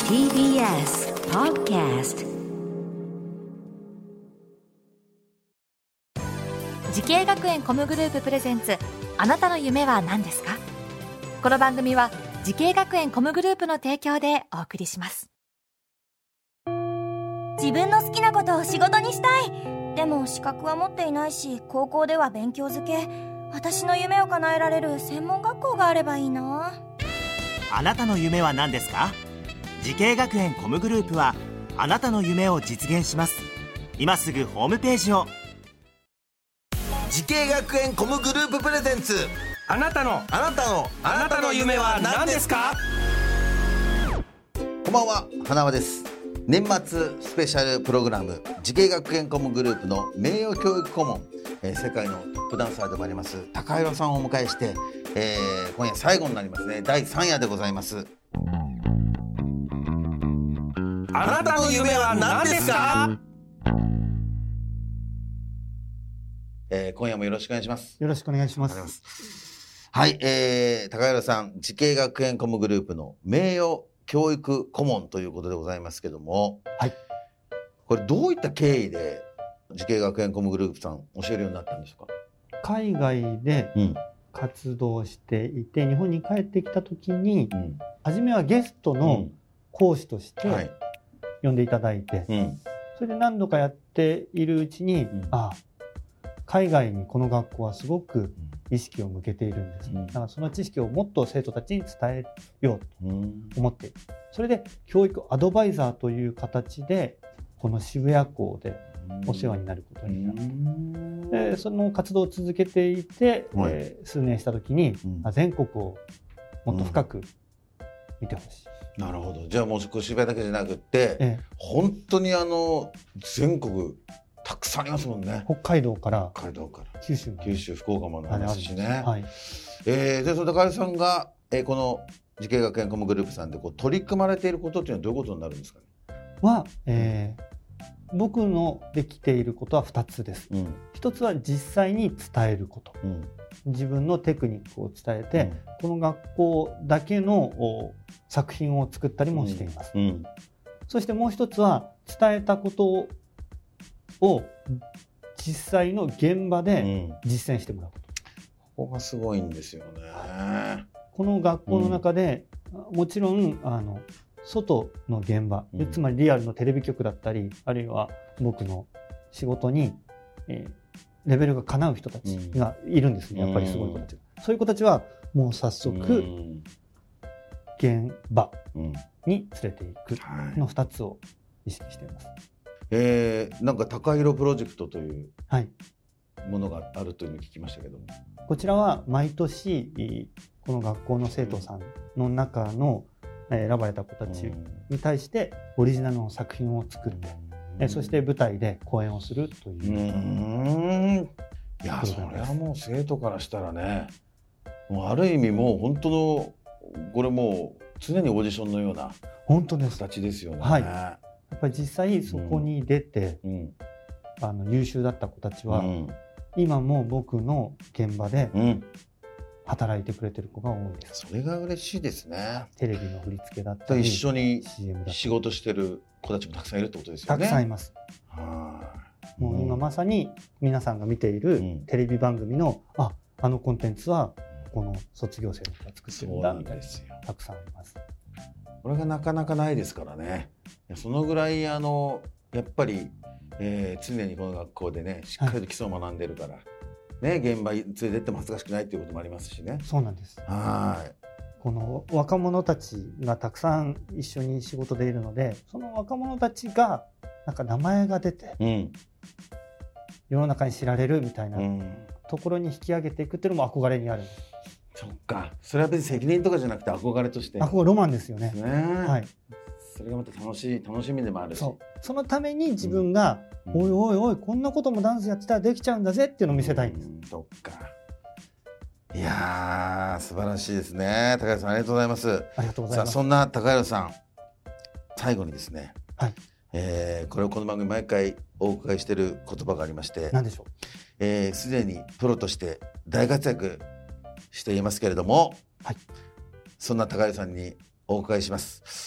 TBS Podcast。 時系学園コムグループプレゼンツ、あなたの夢は何ですか？この番組は時系学園コムグループの提供でお送りします。 自分の好きなことを仕事にしたい。でも資格は持っていないし、高校では勉強づけ。私の夢を叶えられる専門学校があればいいな。 あなたの夢は何ですか？時系学園コムグループはあなたの夢を実現します。今すぐホームページを。 時系学園コムグループプレゼンツ、 あなたの夢は何ですか？ こんばんは、花輪です。年末スペシャルプログラム、時系学園コムグループの名誉教育顧問、世界のトップダンサーでもあります高弘さんをお迎えして、今夜最後になりますね、第3夜でございます。 あなたの夢は何ですか？ 今夜もよろしくお願いします。 よろしくお願いします。 はい、高弘さん、時系学園コムグループの名誉教育顧問ということでございますけども、 はい、 これどういった経緯で時系学園コムグループさん教えるようになったんですか？ 海外で活動していて、日本に帰ってきた時に、初めはゲストの講師として呼んでいただいて、それで何度かやっているうちに、海外にこの学校はすごく意識を向けているんです、だからその知識をもっと生徒たちに伝えようと思っている。それで教育アドバイザーという形でこの渋谷校でお世話になることになって、でその活動を続けていて、数年した時に、全国をもっと深く見てほしい。 なるほど。じゃあもう渋谷だけじゃなくって、本当に全国たくさんありますもんね。 北海道から九州、 福岡もありますしね。 はい。 でその高橋さんが、この時系学園コムグループさんで取り組まれていることっていうのはどういうことになるんですかね？ 僕のできていることは2つです。1つは実際に伝えること、自分のテクニックを伝えて、この学校だけの作品を作ったりもしています。そしてもう1つは伝えたことを実際の現場で実践してもらうこと、 ここがすごいんですよね。 この学校の中で、もちろん外の現場、つまりリアルのテレビ局だったり、あるいは僕の仕事に、レベルが叶う人たちがいるんですね。やっぱりすごい子たちが、そういう子たちはもう早速、現場に連れていくの2つを意識しています。 なんか高弘プロジェクトというものがあるというのを聞きましたけども、 こちらは毎年この学校の生徒さんの中の選ばれた子たちに対してオリジナルの作品を作って、そして舞台で公演をするという。 いや、それはもう生徒からしたらね、もうある意味もう本当のこれもう常にオーディションのような形ですよね。 はい、やっぱり実際そこに出て、優秀だった子たちは、今も僕の現場で働いてくれてる子が多いです。 それが嬉しいですね。 テレビの振り付けだったり、 一緒に仕事してる子たちもたくさんいるってことですよね。 たくさんいます。もう今まさに皆さんが見ているテレビ番組の、あのコンテンツはこの卒業生の子が作ってるんだみたいな、たくさんあります。 これがなかなかないですからね。そのぐらいやっぱり、常にこの学校でね、しっかりと基礎を学んでるから、現場に連れてっても恥ずかしくないっていうこともありますしね。 そうなんです。この若者たちがたくさん一緒に仕事でいるので、その若者たちがなんか名前が出て、世の中に知られるみたいなところに引き上げていくっていうのも憧れにある。 そっか、それは別に責任とかじゃなくて憧れとして、 ロマンですよね。はい。 それがまた楽しみでもあるし、 そのために自分が、おいおいおい、こんなこともダンスやってたらできちゃうんだぜっていうのを見せたいんです。 そっか。いやー、素晴らしいですね。高弘さん、ありがとうございます。 ありがとうございます。 そんな高弘さん、最後にですね、これをこの番組毎回お伺いしている言葉がありまして、 何でしょう？すでにプロとして大活躍していますけれども、そんな高弘さんにお伺いします。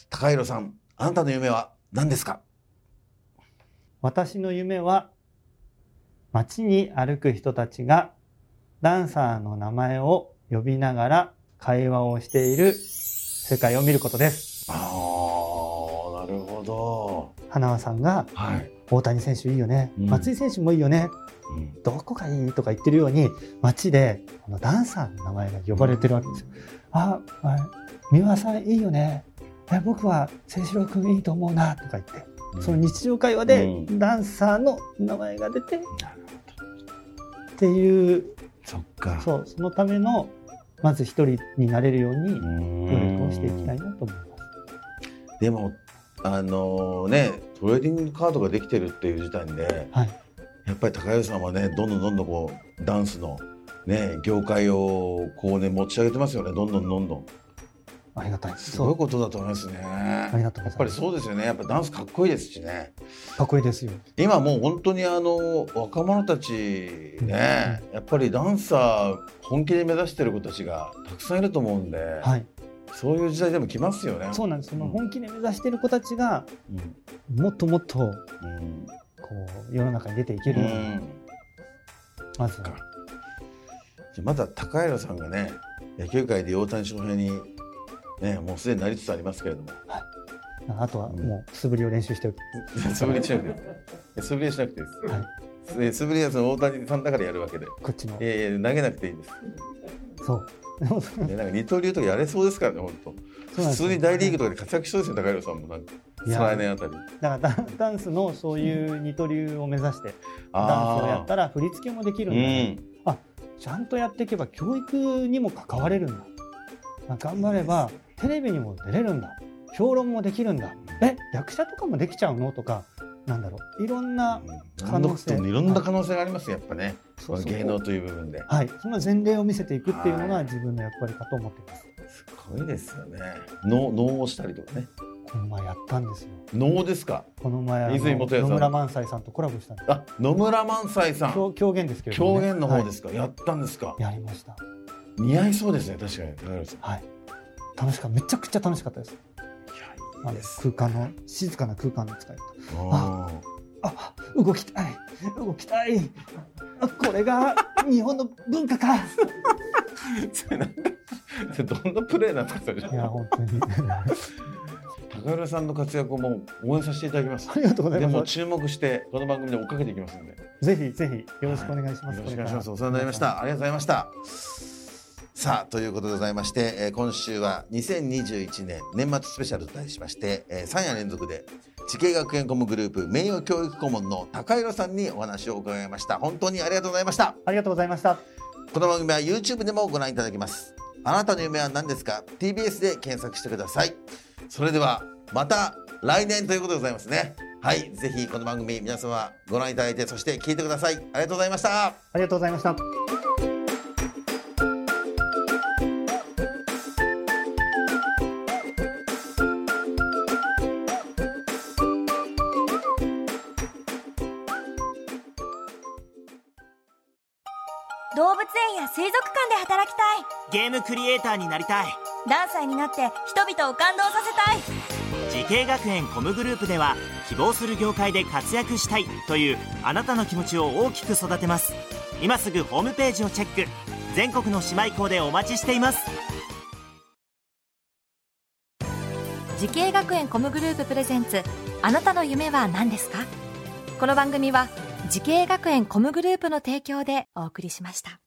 高弘さん、あなたの夢は何ですか？ 私の夢は、街に歩く人たちがダンサーの名前を呼びながら会話をしている世界を見ることです。 ああ、なるほど。 花輪さんが、 はい、 大谷選手いいよね、松井選手もいいよね、どこがいいとか言ってるように、街でこのダンサーの名前が呼ばれてるわけですよ。三輪さんいいよね、僕は清志郎君いいと思うなとか言って、その日常会話でダンサーの名前が出て、っていう、 そっか、 そのためのまず一人になれるように努力をしていきたいなと思います。 でもトレーディングカードができてるっていう時点で、はい、やっぱり高弘さんはね、どんどんこうダンスのね業界をこうね持ち上げてますよね。どんどんありがたいです。 すごいことだと思いますね。 ありがとうございます。 やっぱりそうですよね。やっぱダンスかっこいいですしね。 かっこいいですよ。 今もう本当に若者たちね、やっぱりダンサー本気で目指してる子たちがたくさんいると思うんで、はい、そういう時代でも来ますよね。 そうなんです。その本気で目指してる子たちが、もっともっと、こう世の中に出ていけるように、まずは。 まだ高弘さんがね、野球界で大谷翔平にね、もうすでになりつつありますけれども、はい、 あとはもう素振りを練習しておく。 素振りしなくていいです。素振りはしなくていいです。はい、素振りはその大谷さんだからやるわけで、こっちの投げなくていいです。 そうなんか二刀流とかやれそうですからね、本当。普通に大リーグとかで活躍しそうですよ、高弘さんも。なんか再来年あたり。 だからダンスのそういう二刀流を目指してダンスをやったら振り付けもできるんだ、ね、ちゃんとやっていけば教育にも関われるんだ、頑張ればテレビにも出れるんだ、評論もできるんだ、役者とかもできちゃうのとか、なんだろう、いろんな可能性、 いろんな可能性がありますよ、やっぱね。芸能という部分で、 はい、その前例を見せていくっていうのが自分の役割かと思っています。 すごいですよね。能をしたりとかね。 この前やったんですよ。 能ですか？ この前野村萬斎さんとコラボしたんです。 野村萬斎さん。 狂言ですけど、 狂言の方ですか？やったんですか？ やりました。 似合いそうですね、確かに高弘さん。 はい。楽しかった。めちゃくちゃ楽しかったです。いや、いいです。空間の静かな空間の使い方。動きたい。これが日本の文化か。 それどんなプレーなんですか、それ。 いや、本当に。 高弘さんの活躍をもう応援させていただきます。 ありがとうございます。 でも注目してこの番組で追っかけていきますので、 ぜひよろしくお願いします。 よろしくお願いします。お世話になりました。ありがとうございました。さあ、ということでございまして、今週は2021年年末スペシャルと題しまして、3夜連続で慈恵学園コムグループ名誉教育顧問の高弘さんにお話を伺いました。本当にありがとうございました。 ありがとうございました。 この番組は YouTube でもご覧いただけます。あなたの夢は何ですか？ TBS で検索してください。それではまた来年ということでございますね。はい、ぜひこの番組皆様ご覧いただいて、そして聞いてください。ありがとうございました。 ありがとうございました。 動物園や水族館で働きたい。 ゲームクリエイターになりたい。 ダンサーになって人々を感動させたい。 慈恵学園コムグループでは、希望する業界で活躍したいというあなたの気持ちを大きく育てます。今すぐホームページをチェック。全国の姉妹校でお待ちしています。 慈恵学園コムグループプレゼンツ、あなたの夢は何ですか？この番組は慈恵学園コムグループの提供でお送りしました。